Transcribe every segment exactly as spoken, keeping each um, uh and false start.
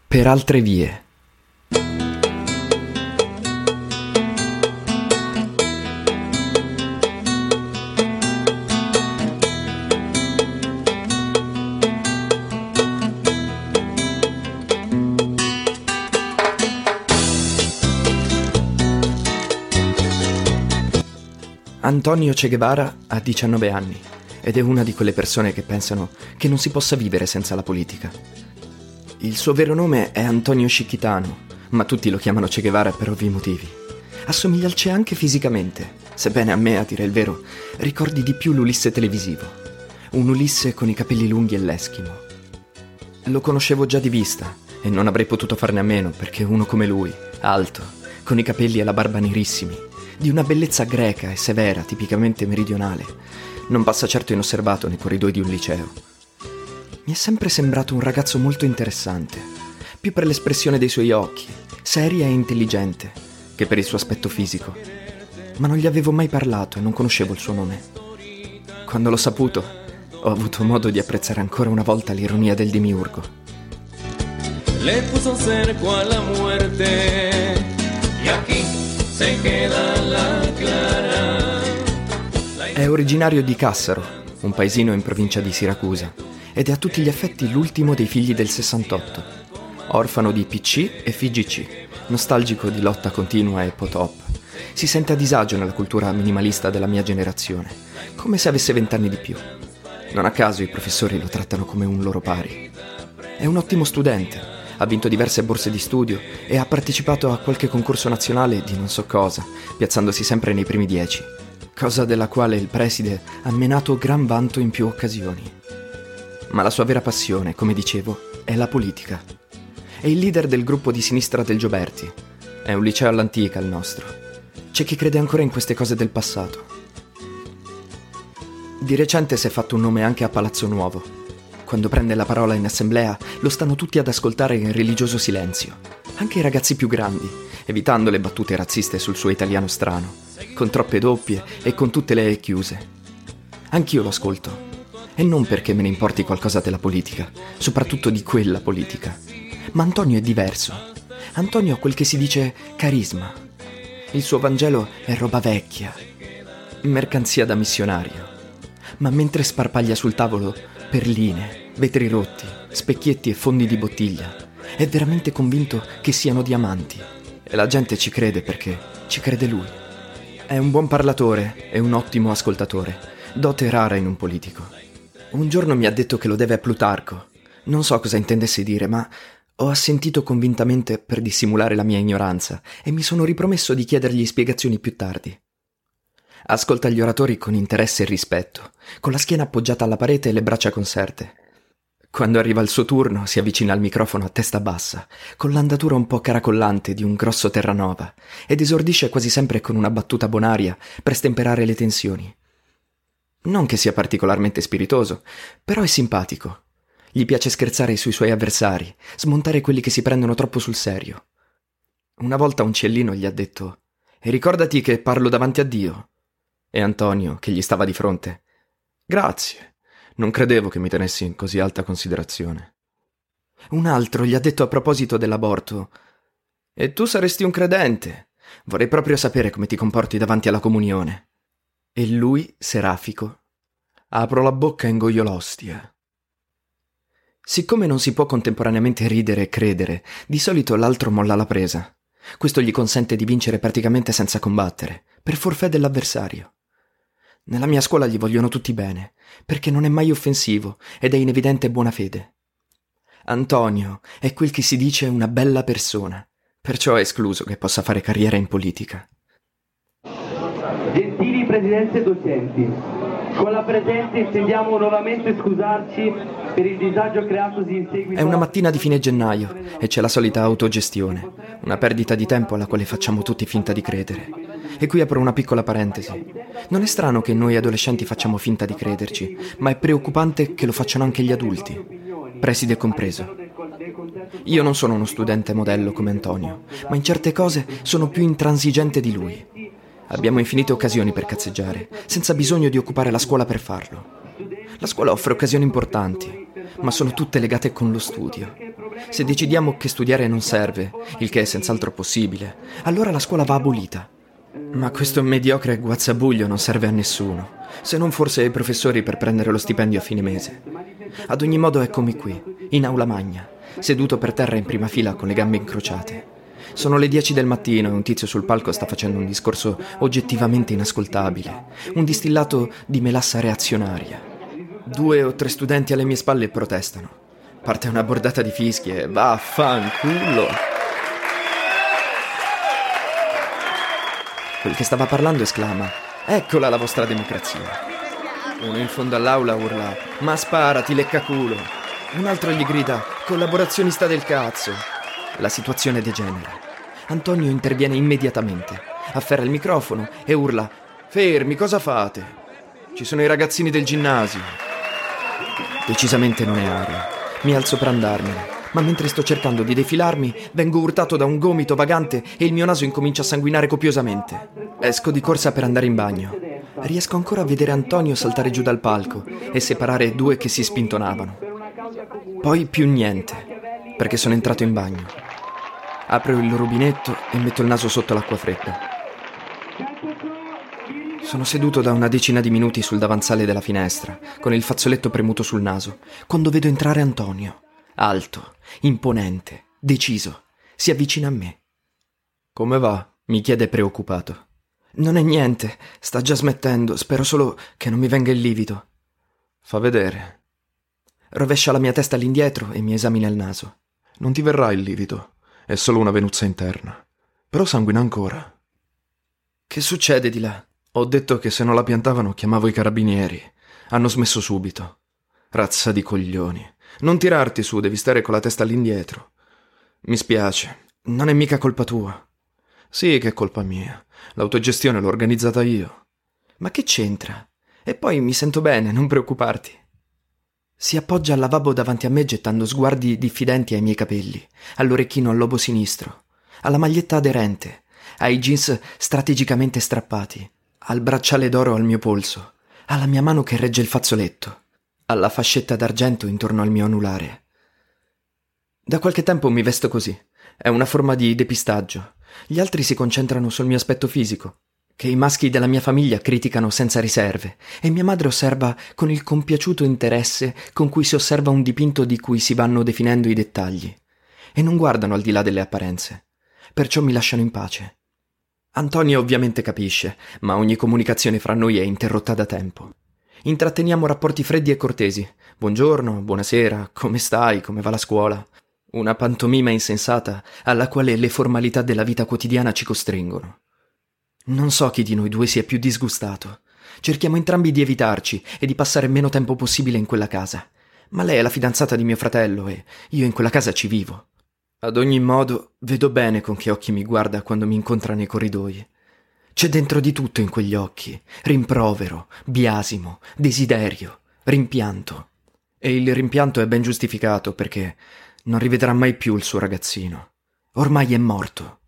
Per altre vie. Antonio Che Guevara ha diciannove anni ed è una di quelle persone che pensano che non si possa vivere senza la politica. Il suo vero nome è Antonio Chiquitano, ma tutti lo chiamano Che Guevara per ovvi motivi. Assomiglia al Che anche fisicamente, sebbene a me, a dire il vero, ricordi di più l'Ulisse televisivo. Un Ulisse con i capelli lunghi e l'eschimo. Lo conoscevo già di vista e non avrei potuto farne a meno perché uno come lui, alto, con i capelli e la barba nerissimi, di una bellezza greca e severa, tipicamente meridionale, non passa certo inosservato nei corridoi di un liceo. Mi è sempre sembrato un ragazzo molto interessante, più per l'espressione dei suoi occhi, seria e intelligente, che per il suo aspetto fisico. Ma non gli avevo mai parlato e non conoscevo il suo nome. Quando l'ho saputo, ho avuto modo di apprezzare ancora una volta l'ironia del demiurgo. Le puso cerco a la muerte y aquí se queda la clara. È originario di Cassaro, un paesino in provincia di Siracusa, ed è a tutti gli effetti l'ultimo dei figli del sessantotto. Orfano di P C e F G C, nostalgico di lotta continua e potop. Si sente a disagio nella cultura minimalista della mia generazione, come se avesse vent'anni di più. Non a caso i professori lo trattano come un loro pari. È un ottimo studente, ha vinto diverse borse di studio e ha partecipato a qualche concorso nazionale di non so cosa, piazzandosi sempre nei primi dieci, cosa della quale il preside ha menato gran vanto in più occasioni. Ma la sua vera passione, come dicevo, è la politica. È il leader del gruppo di sinistra del Gioberti. È un liceo all'antica il nostro. C'è chi crede ancora in queste cose del passato. Di recente si è fatto un nome anche a Palazzo Nuovo. Quando prende la parola in assemblea, lo stanno tutti ad ascoltare in religioso silenzio. Anche i ragazzi più grandi, evitando le battute razziste sul suo italiano strano, con troppe doppie e con tutte le E chiuse. Anch'io lo ascolto. E non perché me ne importi qualcosa della politica, soprattutto di quella politica. Ma Antonio è diverso. Antonio ha quel che si dice carisma. Il suo Vangelo è roba vecchia, mercanzia da missionario. Ma mentre sparpaglia sul tavolo perline, vetri rotti, specchietti e fondi di bottiglia, è veramente convinto che siano diamanti. E la gente ci crede perché ci crede lui. È un buon parlatore e un ottimo ascoltatore, dote rara in un politico. Un giorno mi ha detto che lo deve a Plutarco. Non so cosa intendesse dire, ma ho assentito convintamente per dissimulare la mia ignoranza e mi sono ripromesso di chiedergli spiegazioni più tardi. Ascolta gli oratori con interesse e rispetto, con la schiena appoggiata alla parete e le braccia conserte. Quando arriva il suo turno si avvicina al microfono a testa bassa, con l'andatura un po' caracollante di un grosso Terranova, ed esordisce quasi sempre con una battuta bonaria per stemperare le tensioni. Non che sia particolarmente spiritoso, però è simpatico. Gli piace scherzare sui suoi avversari, smontare quelli che si prendono troppo sul serio. Una volta un ciellino gli ha detto: «E ricordati che parlo davanti a Dio». E Antonio, che gli stava di fronte: «Grazie, non credevo che mi tenessi in così alta considerazione». Un altro gli ha detto a proposito dell'aborto: «E tu saresti un credente, vorrei proprio sapere come ti comporti davanti alla comunione». E lui, serafico: «Apro la bocca e ingoio l'ostia». Siccome non si può contemporaneamente ridere e credere, di solito l'altro molla la presa. Questo gli consente di vincere praticamente senza combattere, per forfè dell'avversario. Nella mia scuola gli vogliono tutti bene, perché non è mai offensivo ed è in evidente buona fede. Antonio è quel che si dice una bella persona, perciò è escluso che possa fare carriera in politica. Gentili presidenti e docenti, con la presenza intendiamo nuovamente scusarci per il disagio creatosi in seguito... È una mattina di fine gennaio e c'è la solita autogestione, una perdita di tempo alla quale facciamo tutti finta di credere. E qui apro una piccola parentesi. Non è strano che noi adolescenti facciamo finta di crederci, ma è preoccupante che lo facciano anche gli adulti, preside compreso. Io non sono uno studente modello come Antonio, ma in certe cose sono più intransigente di lui. Abbiamo infinite occasioni per cazzeggiare, senza bisogno di occupare la scuola per farlo. La scuola offre occasioni importanti, ma sono tutte legate con lo studio. Se decidiamo che studiare non serve, il che è senz'altro possibile, allora la scuola va abolita. Ma questo mediocre guazzabuglio non serve a nessuno, se non forse ai professori per prendere lo stipendio a fine mese. Ad ogni modo eccomi qui, in aula magna, seduto per terra in prima fila con le gambe incrociate. Sono le dieci del mattino e un tizio sul palco sta facendo un discorso oggettivamente inascoltabile, un distillato di melassa reazionaria. Due o tre studenti alle mie spalle protestano. Parte una bordata di fischi e vaffanculo. Quel che stava parlando esclama: eccola la vostra democrazia. Uno in fondo all'aula urla: ma sparati, leccaculo. Un altro gli grida: collaborazionista del cazzo. La situazione degenera. Antonio interviene immediatamente, afferra il microfono e urla: fermi, cosa fate? Ci sono i ragazzini del ginnasio. Decisamente non è aria. Mi alzo per andarmene, ma mentre sto cercando di defilarmi vengo urtato da un gomito vagante e il mio naso incomincia a sanguinare copiosamente. Esco di corsa per andare in bagno. Riesco ancora a vedere Antonio saltare giù dal palco e separare due che si spintonavano. Poi più niente, perché sono entrato in bagno. Apro il rubinetto e metto il naso sotto l'acqua fredda. Sono seduto da una decina di minuti sul davanzale della finestra, con il fazzoletto premuto sul naso, quando vedo entrare Antonio. Alto, imponente, deciso. Si avvicina a me. «Come va?» mi chiede preoccupato. «Non è niente, sta già smettendo, spero solo che non mi venga il livido». «Fa vedere». Rovescia la mia testa all'indietro e mi esamina il naso. «Non ti verrà il livido, è solo una venuzza interna, però sanguina ancora». «Che succede di là?» «Ho detto che se non la piantavano chiamavo i carabinieri. Hanno smesso subito». «Razza di coglioni. Non tirarti su, devi stare con la testa all'indietro». «Mi spiace, non è mica colpa tua». «Sì che è colpa mia. L'autogestione l'ho organizzata io». «Ma che c'entra? E poi mi sento bene, non preoccuparti». Si appoggia al lavabo davanti a me gettando sguardi diffidenti ai miei capelli, all'orecchino al lobo sinistro, alla maglietta aderente, ai jeans strategicamente strappati, al bracciale d'oro al mio polso, alla mia mano che regge il fazzoletto, alla fascetta d'argento intorno al mio anulare. Da qualche tempo mi vesto così. È una forma di depistaggio. Gli altri si concentrano sul mio aspetto fisico, che i maschi della mia famiglia criticano senza riserve, e mia madre osserva con il compiaciuto interesse con cui si osserva un dipinto di cui si vanno definendo i dettagli, e non guardano al di là delle apparenze. Perciò mi lasciano in pace. Antonio ovviamente capisce, ma ogni comunicazione fra noi è interrotta da tempo. Intratteniamo rapporti freddi e cortesi. Buongiorno, buonasera, come stai, come va la scuola? Una pantomima insensata alla quale le formalità della vita quotidiana ci costringono. Non so chi di noi due sia più disgustato. Cerchiamo entrambi di evitarci e di passare meno tempo possibile in quella casa. Ma lei è la fidanzata di mio fratello e io in quella casa ci vivo. Ad ogni modo, vedo bene con che occhi mi guarda quando mi incontra nei corridoi. C'è dentro di tutto in quegli occhi: rimprovero, biasimo, desiderio, rimpianto. E il rimpianto è ben giustificato perché non rivedrà mai più il suo ragazzino. Ormai è morto.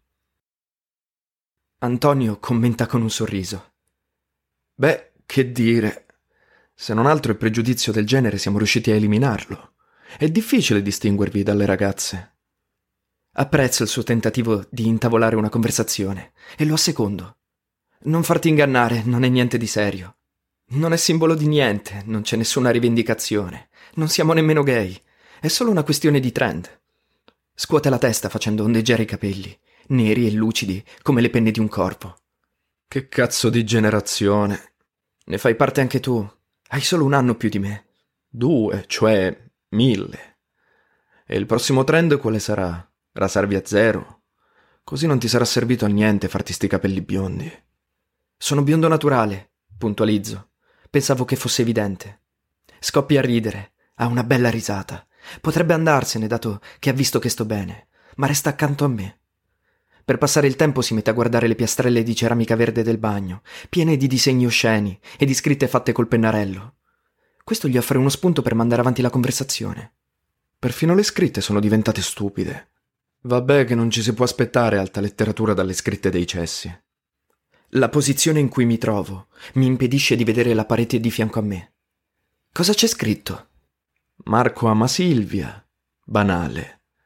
Antonio commenta con un sorriso. Beh, che dire. Se non altro il pregiudizio del genere siamo riusciti a eliminarlo. È difficile distinguervi dalle ragazze. Apprezzo il suo tentativo di intavolare una conversazione e lo assecondo. Non farti ingannare, non è niente di serio. Non è simbolo di niente, non c'è nessuna rivendicazione. Non siamo nemmeno gay. È solo una questione di trend. Scuote la testa facendo ondeggiare i capelli, neri e lucidi come le penne di un corpo. Che cazzo di generazione. Ne fai parte anche tu. Hai solo un anno più di me. Due, cioè mille. E il prossimo trend quale sarà? Rasarvi a zero? Così non ti sarà servito a niente farti sti capelli biondi. Sono biondo naturale, puntualizzo. Pensavo che fosse evidente. Scoppia a ridere, ha una bella risata. Potrebbe andarsene dato che ha visto che sto bene, ma resta accanto a me. Per passare il tempo si mette a guardare le piastrelle di ceramica verde del bagno, piene di disegni osceni e di scritte fatte col pennarello. Questo gli offre uno spunto per mandare avanti la conversazione. Perfino le scritte sono diventate stupide. Vabbè che non ci si può aspettare alta letteratura dalle scritte dei cessi. La posizione in cui mi trovo mi impedisce di vedere la parete di fianco a me. Cosa c'è scritto? Marco ama Silvia. Banale.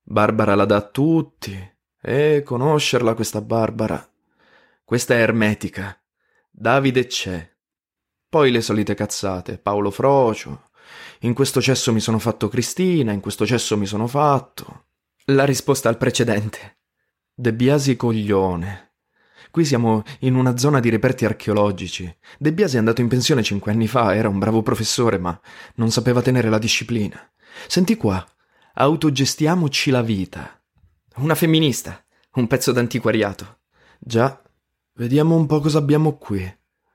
Barbara la dà a tutti. E conoscerla questa Barbara. Questa è ermetica. Davide c'è. Poi le solite cazzate. Paolo Frocio. In questo cesso mi sono fatto Cristina, in questo cesso mi sono fatto. La risposta al precedente. De Biasi coglione. Qui siamo in una zona di reperti archeologici. De Biasi è andato in pensione cinque anni fa, era un bravo professore, ma non sapeva tenere la disciplina. Senti qua, autogestiamoci la vita. Una femminista, un pezzo d'antiquariato. Già, vediamo un po' cosa abbiamo qui.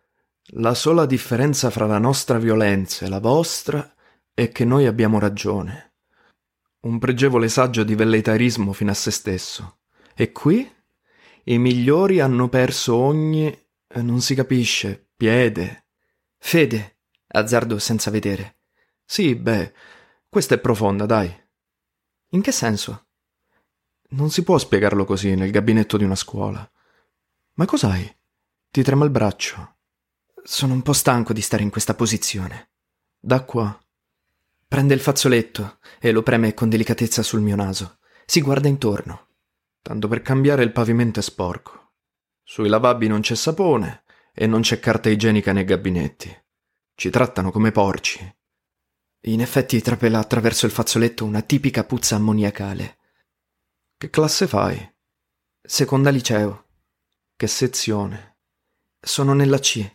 La sola differenza fra la nostra violenza e la vostra è che noi abbiamo ragione. Un pregevole saggio di velleitarismo fino a se stesso. E qui? I migliori hanno perso ogni, eh, non si capisce, piede. Fede, azzardo senza vedere. Sì, beh, questa è profonda, dai. In che senso? Non si può spiegarlo così nel gabinetto di una scuola. Ma cos'hai? Ti trema il braccio. Sono un po' stanco di stare in questa posizione. Da qua. Prende il fazzoletto e lo preme con delicatezza sul mio naso. Si guarda intorno. Tanto per cambiare il pavimento è sporco. Sui lavabbi non c'è sapone e non c'è carta igienica nei gabinetti. Ci trattano come porci. In effetti trapela attraverso il fazzoletto una tipica puzza ammoniacale. Che classe fai? Seconda liceo. Che sezione? Sono nella C.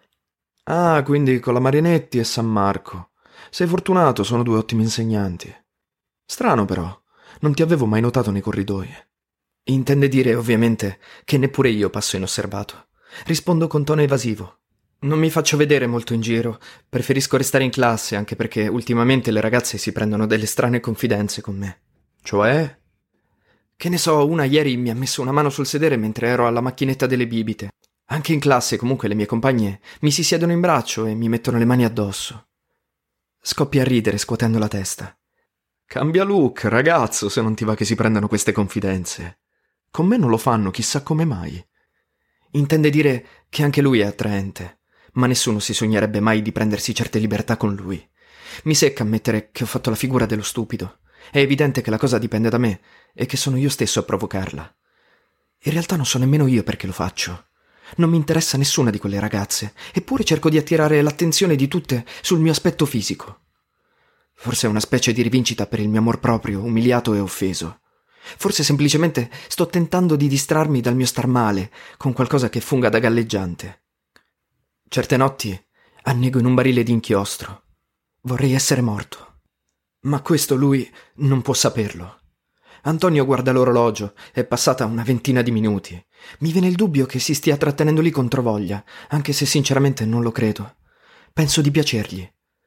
Ah, quindi con la Marinetti e San Marco. Sei fortunato, sono due ottimi insegnanti. Strano però, non ti avevo mai notato nei corridoi. Intende dire, ovviamente, che neppure io passo inosservato. Rispondo con tono evasivo. Non mi faccio vedere molto in giro, preferisco restare in classe, anche perché ultimamente le ragazze si prendono delle strane confidenze con me. Cioè? Che ne so, una ieri mi ha messo una mano sul sedere mentre ero alla macchinetta delle bibite. Anche in classe, comunque, le mie compagne mi si siedono in braccio e mi mettono le mani addosso. Scoppia a ridere scuotendo la testa. Cambia look, ragazzo, se non ti va che si prendano queste confidenze. Con me non lo fanno, chissà come mai. Intende dire che anche lui è attraente, ma nessuno si sognerebbe mai di prendersi certe libertà con lui. Mi secca ammettere che ho fatto la figura dello stupido. È evidente che la cosa dipende da me e che sono io stesso a provocarla. In realtà non so nemmeno io perché lo faccio. Non mi interessa nessuna di quelle ragazze, eppure cerco di attirare l'attenzione di tutte sul mio aspetto fisico. Forse è una specie di rivincita per il mio amor proprio, umiliato e offeso. Forse semplicemente sto tentando di distrarmi dal mio star male con qualcosa che funga da galleggiante. Certe notti annego in un barile di inchiostro. Vorrei essere morto. Ma questo lui non può saperlo. Antonio guarda l'orologio, è passata una ventina di minuti. Mi viene il dubbio che si stia trattenendo lì controvoglia, anche se sinceramente non lo credo. Penso di piacergli.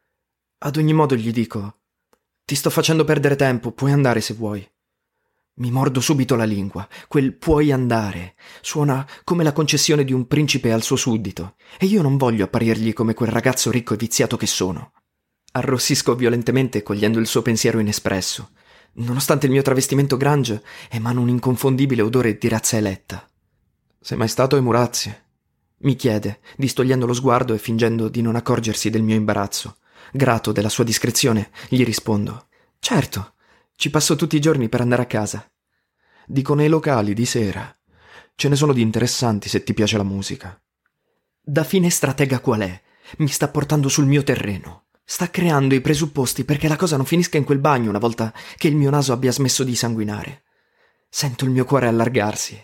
Ad ogni modo gli dico: ti sto facendo perdere tempo, puoi andare se vuoi. Mi mordo subito la lingua. Quel puoi andare suona come la concessione di un principe al suo suddito, e io non voglio apparirgli come quel ragazzo ricco e viziato che sono. Arrossisco violentemente cogliendo il suo pensiero inespresso. Nonostante il mio travestimento grunge, emano un inconfondibile odore di razza eletta. Sei mai stato ai Murazzi? Mi chiede, distogliendo lo sguardo e fingendo di non accorgersi del mio imbarazzo. Grato della sua discrezione, gli rispondo: certo. Ci passo tutti i giorni per andare a casa. Dico nei locali di sera. Ce ne sono di interessanti se ti piace la musica. Da fine stratega qual è? Mi sta portando sul mio terreno. Sta creando i presupposti perché la cosa non finisca in quel bagno una volta che il mio naso abbia smesso di sanguinare. Sento il mio cuore allargarsi.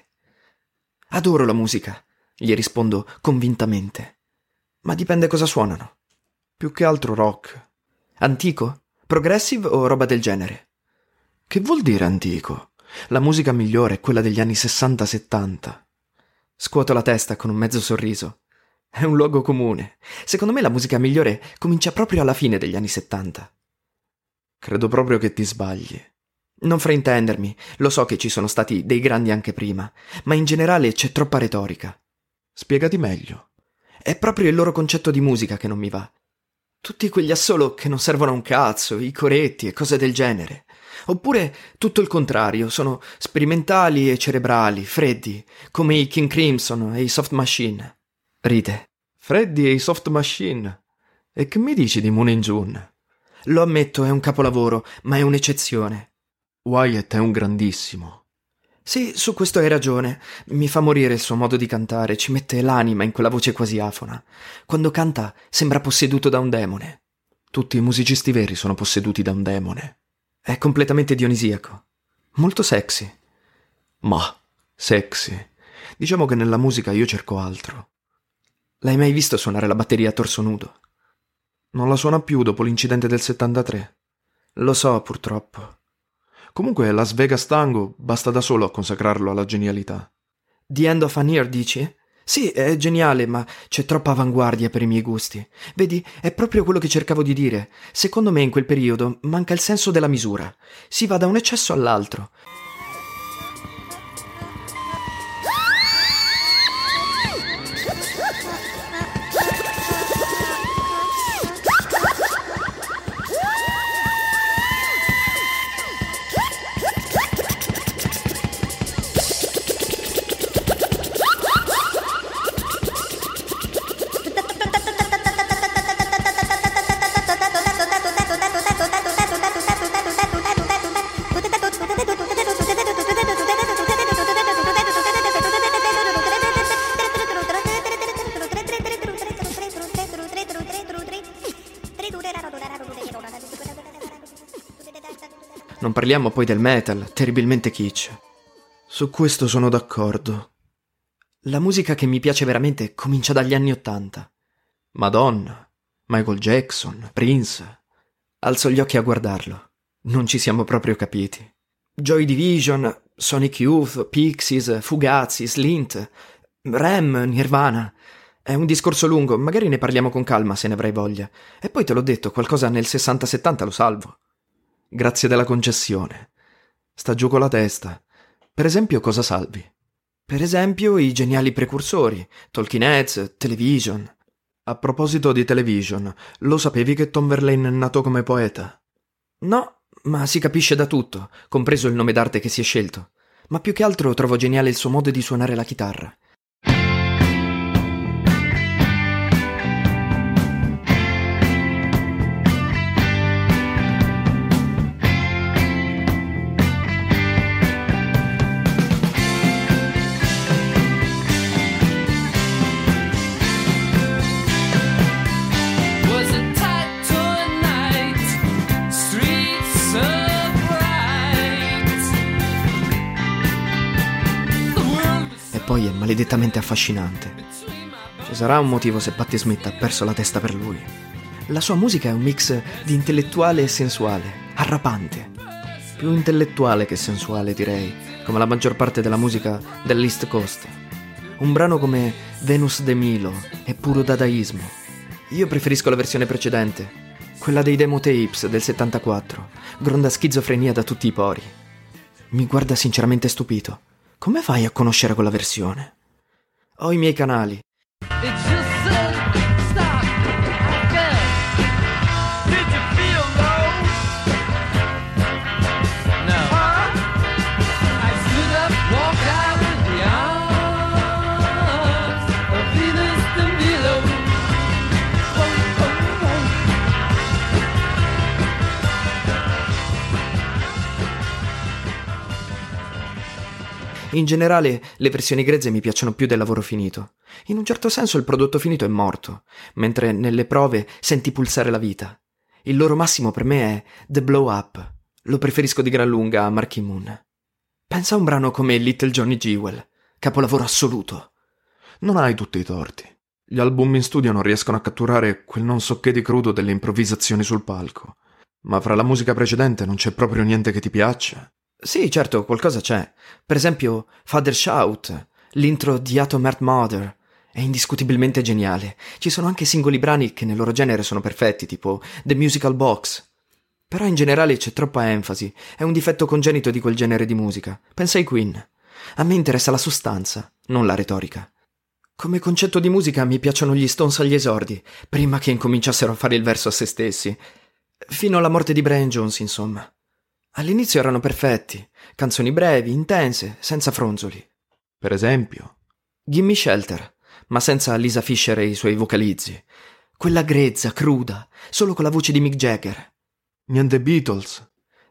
Adoro la musica, gli rispondo convintamente. Ma dipende cosa suonano. Più che altro rock. Antico? Progressive o roba del genere? Che vuol dire antico? La musica migliore è quella degli anni sessanta settanta. Scuoto la testa con un mezzo sorriso. È un luogo comune. Secondo me la musica migliore comincia proprio alla fine degli anni settanta. Credo proprio che ti sbagli. Non fraintendermi, lo so che ci sono stati dei grandi anche prima, ma in generale c'è troppa retorica. Spiegati meglio. È proprio il loro concetto di musica che non mi va. Tutti quegli assolo che non servono a un cazzo, i coretti e cose del genere. Oppure tutto il contrario, sono sperimentali e cerebrali, freddi, come i King Crimson e i Soft Machine. Ride. Freddi e i Soft Machine? E che mi dici di Moon In June? Lo ammetto, è un capolavoro, ma è un'eccezione. Wyatt è un grandissimo. Sì, su questo hai ragione. Mi fa morire il suo modo di cantare, ci mette l'anima in quella voce quasi afona. Quando canta sembra posseduto da un demone. Tutti i musicisti veri sono posseduti da un demone. È completamente dionisiaco. Molto sexy. Ma, sexy. Diciamo che nella musica io cerco altro. L'hai mai visto suonare la batteria a torso nudo? Non la suona più dopo l'incidente del settantatré. Lo so, purtroppo. Comunque Las Vegas Tango basta da solo a consacrarlo alla genialità. The End of an Year, dici? Sì, è geniale, ma c'è troppa avanguardia per i miei gusti. Vedi, è proprio quello che cercavo di dire. Secondo me in quel periodo manca il senso della misura. Si va da un eccesso all'altro. Non parliamo poi del metal, terribilmente kitsch. Su questo sono d'accordo. La musica che mi piace veramente comincia dagli anni Ottanta. Madonna, Michael Jackson, Prince. Alzo gli occhi a guardarlo. Non ci siamo proprio capiti. Joy Division, Sonic Youth, Pixies, Fugazi, Slint, Rem, Nirvana. È un discorso lungo, magari ne parliamo con calma se ne avrai voglia. E poi te l'ho detto, qualcosa nel sessanta settanta lo salvo. Grazie della concessione. Sta giù con la testa. Per esempio, cosa salvi? Per esempio, i geniali precursori, Talking Heads, Television. A proposito di Television, lo sapevi che Tom Verlaine è nato come poeta? No, ma si capisce da tutto, compreso il nome d'arte che si è scelto. Ma più che altro trovo geniale il suo modo di suonare la chitarra. Poi è maledettamente affascinante. Ci sarà un motivo se Patti Smith ha perso la testa per lui. La sua musica è un mix di intellettuale e sensuale, arrapante. Più intellettuale che sensuale, direi, come la maggior parte della musica dell'East Coast. Un brano come Venus de Milo è puro dadaismo. Io preferisco la versione precedente, quella dei demo tapes del settantaquattro, gronda schizofrenia da tutti i pori. Mi guarda sinceramente stupito. Come fai a conoscere quella versione? Ho i miei canali. In generale, le versioni grezze mi piacciono più del lavoro finito. In un certo senso il prodotto finito è morto, mentre nelle prove senti pulsare la vita. Il loro massimo per me è The Blow Up. Lo preferisco di gran lunga a Marquee Moon. Pensa a un brano come Little Johnny Jewel, capolavoro assoluto. Non hai tutti i torti. Gli album in studio non riescono a catturare quel non so che di crudo delle improvvisazioni sul palco. Ma fra la musica precedente non c'è proprio niente che ti piaccia? Sì, certo, qualcosa c'è. Per esempio, Father Shout, l'intro di Atom Heart Mother, è indiscutibilmente geniale. Ci sono anche singoli brani che nel loro genere sono perfetti, tipo The Musical Box. Però in generale c'è troppa enfasi, è un difetto congenito di quel genere di musica. Pensa ai Queen. A me interessa la sostanza, non la retorica. Come concetto di musica mi piacciono gli Stones agli esordi, prima che incominciassero a fare il verso a se stessi. Fino alla morte di Brian Jones, insomma. All'inizio erano perfetti, canzoni brevi, intense, senza fronzoli. Per esempio? Gimme Shelter, ma senza Lisa Fisher e i suoi vocalizzi. Quella grezza, cruda, solo con la voce di Mick Jagger. Niente Beatles.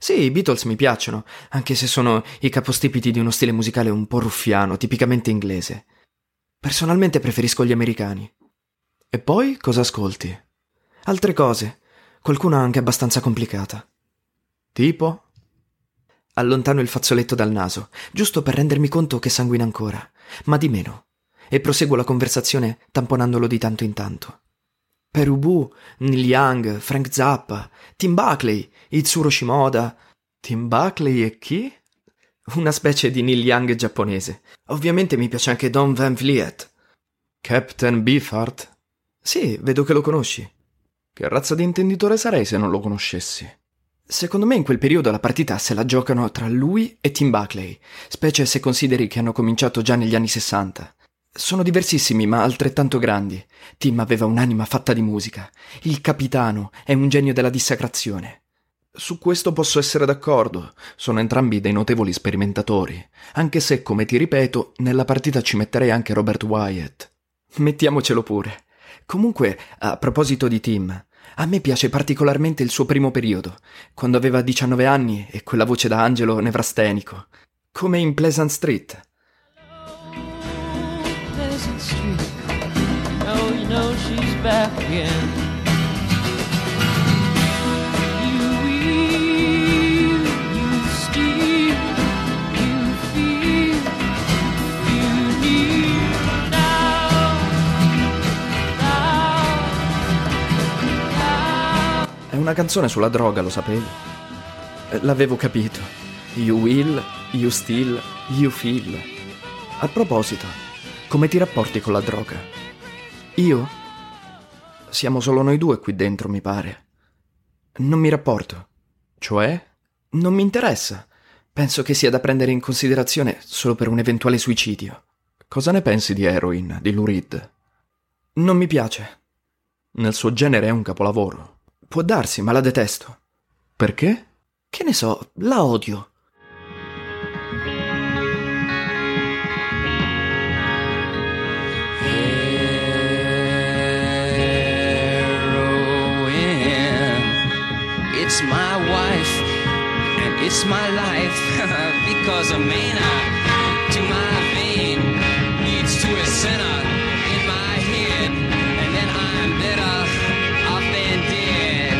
Sì, i Beatles mi piacciono, anche se sono i capostipiti di uno stile musicale un po' ruffiano, tipicamente inglese. Personalmente preferisco gli americani. E poi cosa ascolti? Altre cose, qualcuna anche abbastanza complicata. Tipo? Allontano il fazzoletto dal naso, giusto per rendermi conto che sanguina ancora, ma di meno, e proseguo la conversazione tamponandolo di tanto in tanto. Per Ubu, Neil Young, Frank Zappa, Tim Buckley, Itsuro Shimoda. Tim Buckley e chi? Una specie di Neil Young giapponese. Ovviamente mi piace anche Don Van Vliet. Captain Beefheart? Sì, vedo che lo conosci. Che razza di intenditore sarei se non lo conoscessi? Secondo me in quel periodo la partita se la giocano tra lui e Tim Buckley, specie se consideri che hanno cominciato già negli anni sessanta. Sono diversissimi ma altrettanto grandi. Tim aveva un'anima fatta di musica. Il capitano è un genio della dissacrazione. Su questo posso essere d'accordo. Sono entrambi dei notevoli sperimentatori, anche se, come ti ripeto, nella partita ci metterei anche Robert Wyatt. Mettiamocelo pure. Comunque, a proposito di Tim, a me piace particolarmente il suo primo periodo, quando aveva diciannove anni e quella voce da angelo nevrastenico, come in Pleasant Street. Oh, you know she's back again. You will, you steal, you feel, you need now, now, now. È una canzone sulla droga, lo sapevi? Eh, L'avevo capito. You will, you steal, you feel. A proposito, come ti rapporti con la droga? Io? Siamo solo noi due qui dentro, mi pare. Non mi rapporto. Cioè? Non mi interessa. Penso che sia da prendere in considerazione solo per un eventuale suicidio. Cosa ne pensi di Heroin, di Lou Reed? Non mi piace. Nel suo genere è un capolavoro. Può darsi, ma la detesto. Perché? Che ne so, la odio. It's my wife, and it's my life, because a man to my vein leads to a sinner in my head, and then I'm better off than dead.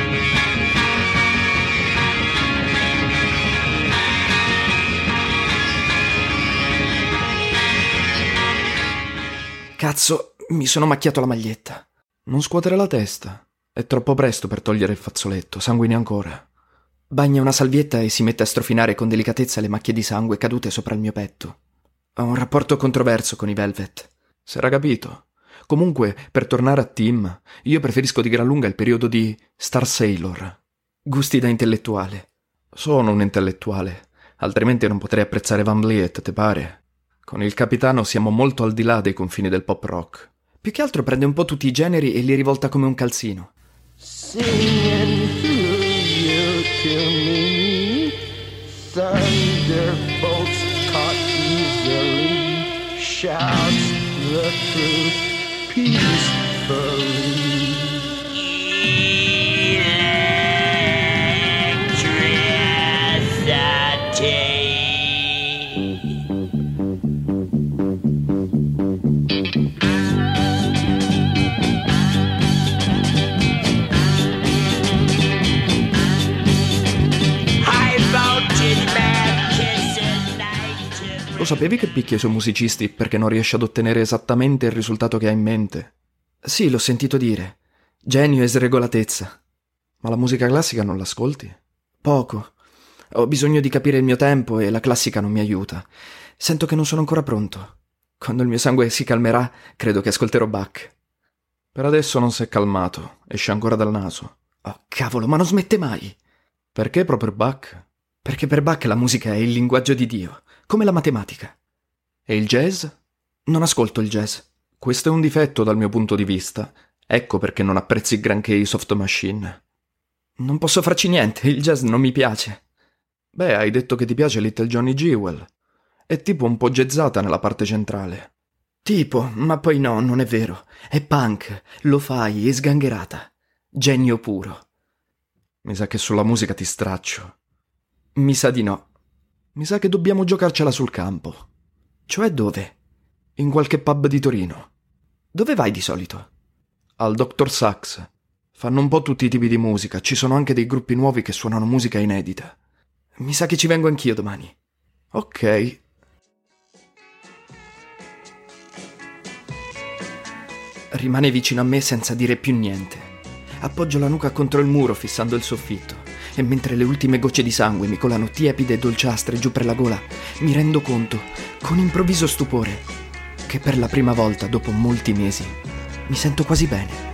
Cazzo, mi sono macchiato la maglietta. Non scuotere la testa. È troppo presto per togliere il fazzoletto, sanguini ancora. Bagna una salvietta e si mette a strofinare con delicatezza le macchie di sangue cadute sopra il mio petto. Ho un rapporto controverso con i Velvet. S'era capito. Comunque, per tornare a Tim, io preferisco di gran lunga il periodo di Star Sailor. Gusti da intellettuale. Sono un intellettuale, altrimenti non potrei apprezzare Van Vliet, te pare? Con il capitano siamo molto al di là dei confini del pop rock. Più che altro prende un po' tutti i generi e li rivolta come un calzino. Singing through you to me, thunderbolts caught easily, shouts the truth peacefully. Lo sapevi che picchia i suoi musicisti perché non riesce ad ottenere esattamente il risultato che ha in mente? Sì, l'ho sentito dire. Genio e sregolatezza. Ma la musica classica non l'ascolti? Poco. Ho bisogno di capire il mio tempo e la classica non mi aiuta. Sento che non sono ancora pronto. Quando il mio sangue si calmerà, credo che ascolterò Bach. Per adesso non si è calmato, esce ancora dal naso. Oh, cavolo, ma non smette mai. Perché proprio Bach? Perché per Bach la musica è il linguaggio di Dio, come la matematica. E il jazz? Non ascolto il jazz. Questo è un difetto dal mio punto di vista. Ecco perché non apprezzi granché i Soft Machine. Non posso farci niente, il jazz non mi piace. Beh, hai detto che ti piace Little Johnny Jewel. È tipo un po' jazzata nella parte centrale. Tipo, ma poi no, non è vero. È punk, lo fai, è sgangherata. Genio puro. Mi sa che sulla musica ti straccio. Mi sa di no. Mi sa che dobbiamo giocarcela sul campo. Cioè dove? In qualche pub di Torino. Dove vai di solito? Al doctor Sax. Fanno un po' tutti i tipi di musica, ci sono anche dei gruppi nuovi che suonano musica inedita. Mi sa che ci vengo anch'io domani. Ok. Rimane vicino a me senza dire più niente. Appoggio la nuca contro il muro fissando il soffitto e mentre le ultime gocce di sangue mi colano tiepide e dolciastre giù per la gola, mi rendo conto, con improvviso stupore, che per la prima volta dopo molti mesi mi sento quasi bene.